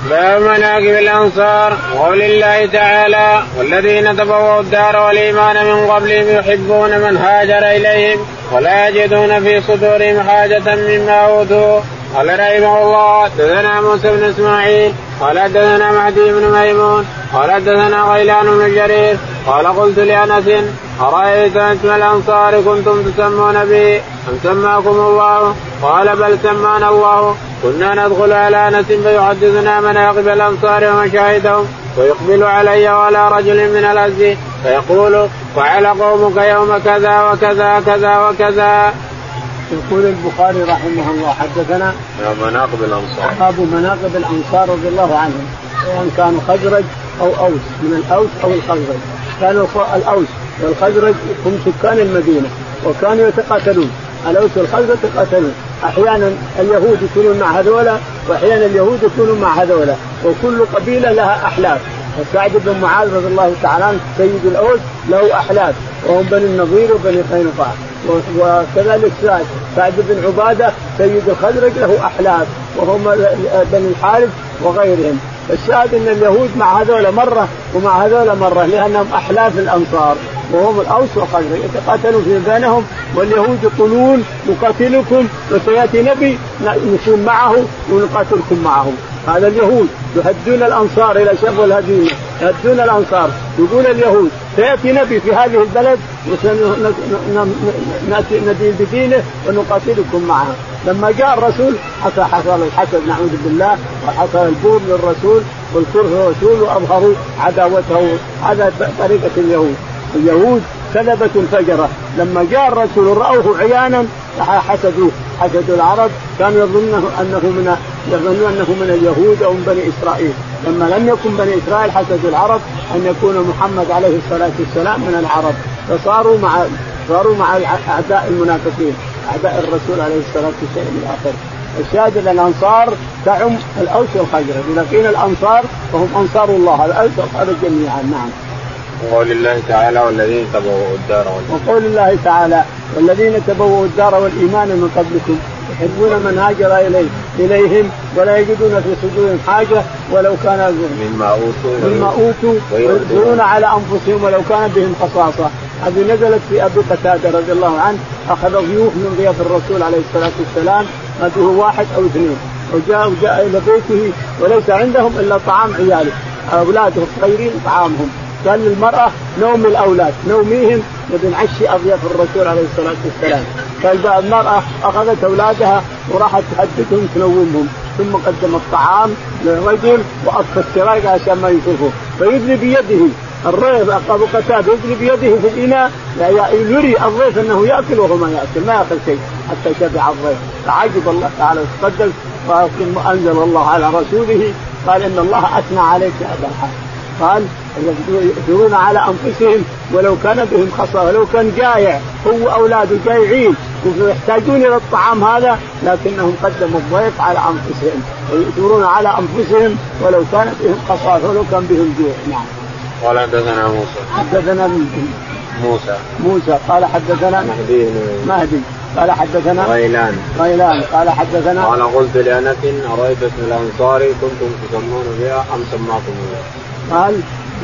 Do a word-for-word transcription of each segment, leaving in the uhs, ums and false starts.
باب مناقب الأنصار وقول الله تعالى والذين تبوأوا الدار والإيمان من قبلهم يحبون من هاجر إليهم ولا يجدون في صدورهم حاجة مما أوتوا. قال رحمه الله حدثنا موسى بن إسماعيل قال حدثنا مهدي بن ميمون قال حدثنا غيلان بن جرير قال قلت لأنس أرأيت اسم الأنصار كنتم تسمون به أم سماكم الله؟ قال بل سمانا الله. كنا ندخل على أنس فيحدثنا مناقب الأنصار ومشاهدهم ويقبل علي وعلى رجل من الأزد فيقول فعل قومك يوم كذا وكذا كذا وكذا. يقول البخاري رحمه الله حدثنا مناقب الأنصار أبو مناقب الأنصار رضي الله عنهم سواء كانوا خزرج أو أوس من الأوس أو الخزرج. كانوا الأوس والخزرج هم سكان المدينة وكانوا يتقاتلون الأوس والخزرج يتقاتلون أحيانا اليهود يكونون مع هذولا وأحيانا اليهود يكونون مع هذولا وكل قبيلة لها أحلاف. وسعد بن معاذ رضي الله تعالى عنه سيد الأوس له أحلاف وهم بني النضير وبني قينقاع. وكذلك سعد سعد بن عبادة سيد الخزرج له أحلاف وهم بني الحارث وغيرهم. الشاهد أن اليهود مع هذول مرة ومع هذول مرة لأنهم أحلاف الأنصار وهم الأوس والخزرج يتقاتلون في بينهم واليهود يقولون نقاتلكم وسيأتي نبي نكون معه ونقاتلكم معه. هذا اليهود يهدون الأنصار إلى شر الهزيمة يهدون الأنصار. يقول اليهود سيأتي نبي في هذه البلد وسندين بدينه ونقاتلكم معه. لما جاء الرسول حصل الحسد نعوذ بالله وحصل البور للرسول والكره الرسول وأظهروا عداوته. هذا طريقة اليهود. اليهود كذبة فجرة. لما جاء الرسول رأوه عيانا حسدوه حسدوا العرب كانوا يظنون أنه من يظنون أنه من اليهود أو من بني إسرائيل. لما لم يكن بني إسرائيل حسدوا العرب أن يكون محمد عليه الصلاة والسلام من العرب فصاروا مع صاروا مع أعداء المنافقين أعداء الرسول عليه الصلاة والسلام إلى آخره. الشاهد الأنصار تعم الأوس والخزرج ولكن الأنصار فهم أنصار الله الأوس والخزرج جميعا. نعم. وقول الله تعالى والذين تبوأوا الدار وقول الله تعالى والذين تبوأوا الدار والإيمان من قبلكم يحبون من هاجر إليه إليهم ولا يجدون في صدورهم حاجة ولو كان مما أوتوا مما أوتوا ويؤثرون على أنفسهم ولو كان بهم خصاصة. هذه نزلت في أبي قتادة رضي الله عنه أخذ ضيوف من ضياف الرسول عليه الصلاة والسلام ما به واحد أو اثنين وجاء وجاء إلى بيته وليس عندهم إلا طعام عياله أولاده الصغيرين طعامهم. قال للمرأة نوم الأولاد نوميهم وبنعشي أضياف الرسول عليه الصلاة والسلام. قال المرأة أخذت أولادها وراحت تحدثهم تنومهم ثم قدم الطعام للرجل وأطفى السراج عشان ما يشوفه فيدري بيده الرجل أبو قتادة يدري بيده في الإناء يري الضيف أنه يأكل وهو ما يأكل ما يأكل شيء حتى شبع الضيف. فعجب الله تعالى وتقدس وأنزل الله على رسوله قال إن الله أثنى عليك يا أبا الحارث. قال يؤثرون على أنفسهم ولو كان بهم خصاصة ولو كان جائع هو أولاده جائعين ويحتاجون إلى الطعام هذا لكنهم قدموا الضيف على أنفسهم ويؤثرون على أنفسهم ولو كان بهم خصاصة ولو كان بهم جوع. نعم. قال حدثنا موسى حدثنا موسى موسى قال حدثنا مهدي مهدي قال حدثنا غيلان غيلان قال حدثنا قال قلت لأنس أرأيت اسم الأنصار كنتم تسمون بها أم سماكم الله؟ قال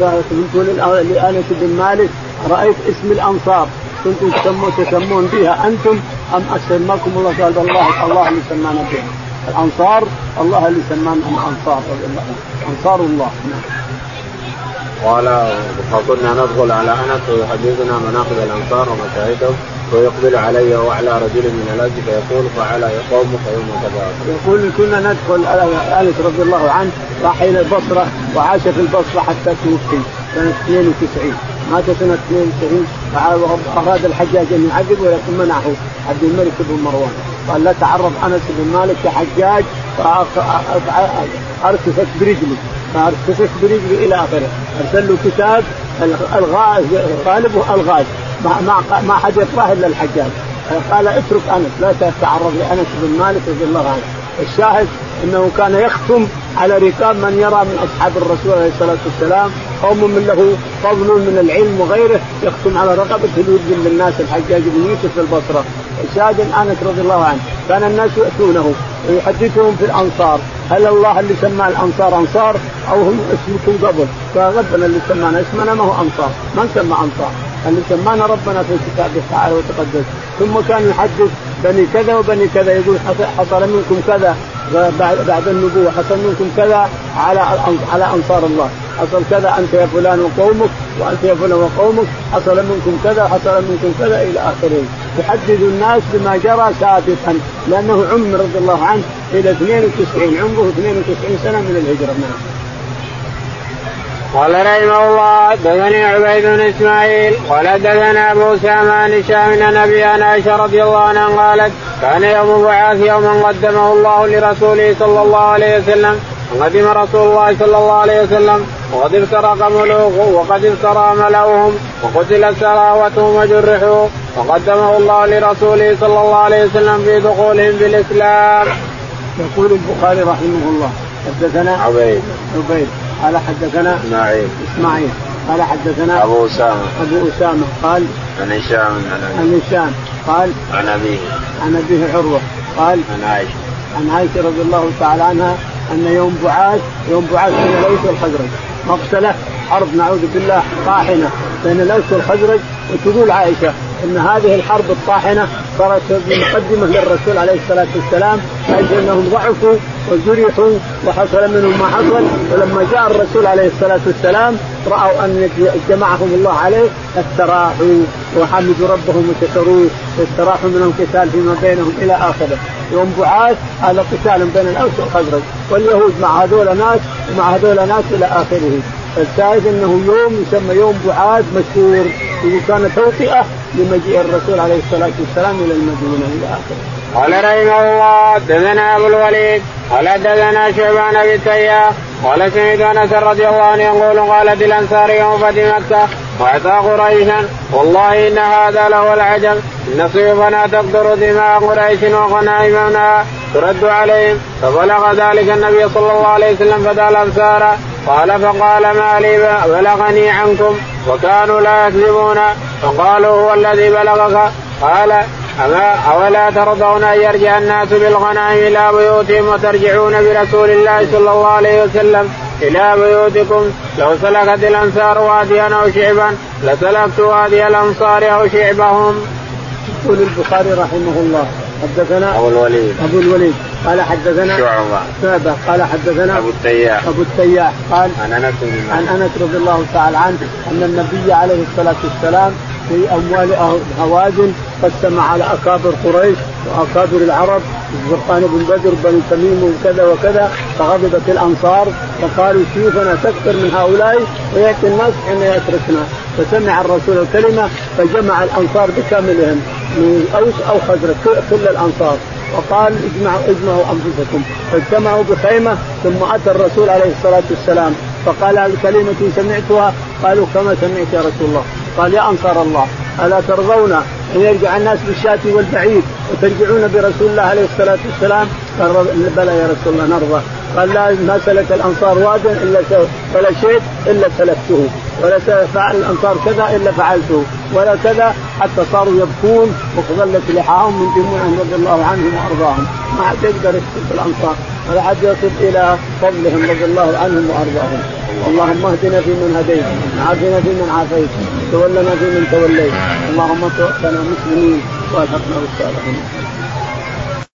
قلت لأنس بن مالك رأيت اسم الأنصار كنتم تسمون تسمون بها أنتم أم أسماكم الله؟ قال الله الله اللي سمانا بها الأنصار الله اللي سمانا الأنصار أنصار الله. قال فكنا ندخل على أنس ويحدثنا مناقب الأنصار ومشاهدهم ويقبل علي وعلى رجل من الأزد فيقول فعلى قومك يوم كذا. يقول كنا ندخل على أنس رضي الله عنه راح إلى البصرة وعاش في البصرة حتى توفي سنة اثنين وتسعين مات سنة اثنين وتسعين أراد الحجاج أن يعذب ولكن منعه عبد الملك بن مروان قال لا تعرض أنس بن مالك كحجاج فأرتفت برجلي فأرتفت برجلي إلى آخره. أرسل له كتاب الغاز غالبه الغاز ما ما ما حد يقرأه إلا الحجاج. قال اترك أنس لا تتعرض لأنس بن مالك رضي الله عنه. الشاهد أنه كان يختم على ركاب من يرى من أصحاب الرسول عليه الصلاة والسلام قوم من له فضل من العلم وغيره يختم على رقبة الوجه للناس الحجاج بن يوسف في البصرة. الشاهد أنس رضي الله عنه كان الناس يأتونه ويحدثهم في الأنصار هل الله اللي سمى الأنصار أنصار أو هم اسمكم قبل؟ فربنا اللي سمانا اسمنا ما هو أنصار، من سمى أنصار؟ اللي سمانا ربنا في كتابه تعالى وتقدس. ثم كان يحدث بني كذا وبني كذا، يقول حصل منكم كذا بعد النبوة، حصل منكم كذا على على أنصار الله، حصل كذا أنت يا فلان وقومك وأنت يا فلان وقومك، حصل منكم كذا حصل منكم كذا إلى آخره. يحدث الناس بما جرى سابقا، لأنه عمر رضي الله عنه إلى اثنين وتسعين، عمره اثنين وتسعين سنة من الهجرة. قال رحمه الله دثني عبيد بن اسماعيل قال دثنا ابو اسامه عن هشام عن ابي عائشه رضي الله عنها قالت كان يوم بعاث يوما قدمه الله لرسوله صلى الله عليه وسلم، وقدم رسول الله صلى الله عليه وسلم وقد افترق ملوكه وقد افترى ملوهم وقتل سراوتهم وجرحوا، وقدمه الله لرسوله صلى الله عليه وسلم في دخولهم بالاسلام. يقول البخاري رحمه الله حدثنا عبيد عبيد قال حدثنا اسماعيل اسماعيل قال حدثنا ابو اسامه ابو اسامه قال عن هشام عن هشام قال عن ابيه عن ابيه عروه قال عن عائشه عن عائشه رضي الله تعالى عنها ان يوم بعاث يوم بعاث بين الاوس والخزرج مقتله حرب نعوذ بالله طاحنه بين الاوس والخزرج، وتقول عائشه ان هذه الحرب الطاحنه صارت مقدمه للرسول عليه الصلاه والسلام، حيث انهم ضعفوا وجرحوا وحصل منهم ما حصل، ولما جاء الرسول عليه الصلاه والسلام راوا ان جمعهم الله عليه استراحوا وحمدوا ربهم وشكروه واستراحوا من القتال فيما بينهم الى اخره. يوم بعاث هذا قتال بين الاوس والخزرج، واليهود مع هذول ناس ومع هذول ناس الى اخره. الشاهد انه يوم يسمى يوم بعاث مشهور، وكان توطئه لمجيء الرسول عليه الصلاه والسلام الى المدينه الى اخره. قال رحمه الله دثنا ابو الوليد قال دثنا شعبان ابي التياح قال سمعت انس رضي الله عنه يقول قالت الانصار يوم فتح مكه واعطى قريشا والله ان هذا له العجب ان سيوفنا تقدر دماء قريش وغنائمنا ترد عليهم، فبلغ ذلك النبي صلى الله عليه وسلم فدعا الانصار قال فقال ما لي بلغني عنكم وكانوا لا يكذبون، فقالوا هو الذي بلغك قال أما أولا ترضون أن يرجع الناس بالغنائم إلى بيوتهم وترجعون برسول الله صلى الله عليه وسلم إلى بيوتكم؟ لو سلكت الأنصار واديا أو شعبا لسلكت وادي الأنصار أو شعبهم. يقول البخاري رحمه الله حدثنا أبو الوليد أبو الوليد قال حدثنا شعبة شعبة قال حدثنا أبو التياح أبو التياح قال عن أنس عن أنس رضي الله تعالى عنه أن النبي عليه الصلاة والسلام في أموال هوازن قسم على أكابر قريش وأكابر العرب زرقان بن بدر بن تميم وكذا وكذا، فغضبت الأنصار فقالوا شوفنا تكثر من هؤلاء ويأتي الناس حين يتركنا، فسمع الرسول الكلمة فجمع الأنصار بكاملهم من أوس أو خزرج كل الأنصار وقال اجمعوا اجمعوا أنفسكم، فاجتمعوا بخيمة ثم أتى الرسول عليه الصلاة والسلام فقال الكلمة سمعتها، قالوا كما سمعت يا رسول الله، قال يا أنصار الله ألا ترضون أن يرجع الناس بالشاة والبعيد وترجعون برسول الله عليه الصلاة والسلام؟ قال بلى يا رسول الله نرضى. قال لا ما سلك الأنصار وادا إلا ولا شيء إلا سلكته، ولا فعل الأنصار كذا إلا فعلته، ولا كذا، حتى صاروا يبكون وظلت لحاهم من دموعهم رضي الله عنهم وأرضاهم، ما حد يقدر يكتب الأنصار ولا حد يصل إلى فضلهم رضي الله عنهم وأرضاهم. اللهم اهدنا فيمن هديت، عافنا فيمن عافيت، تولنا فيمن توليت، اللهم توفنا مسلمين والحقنا بالصالحين.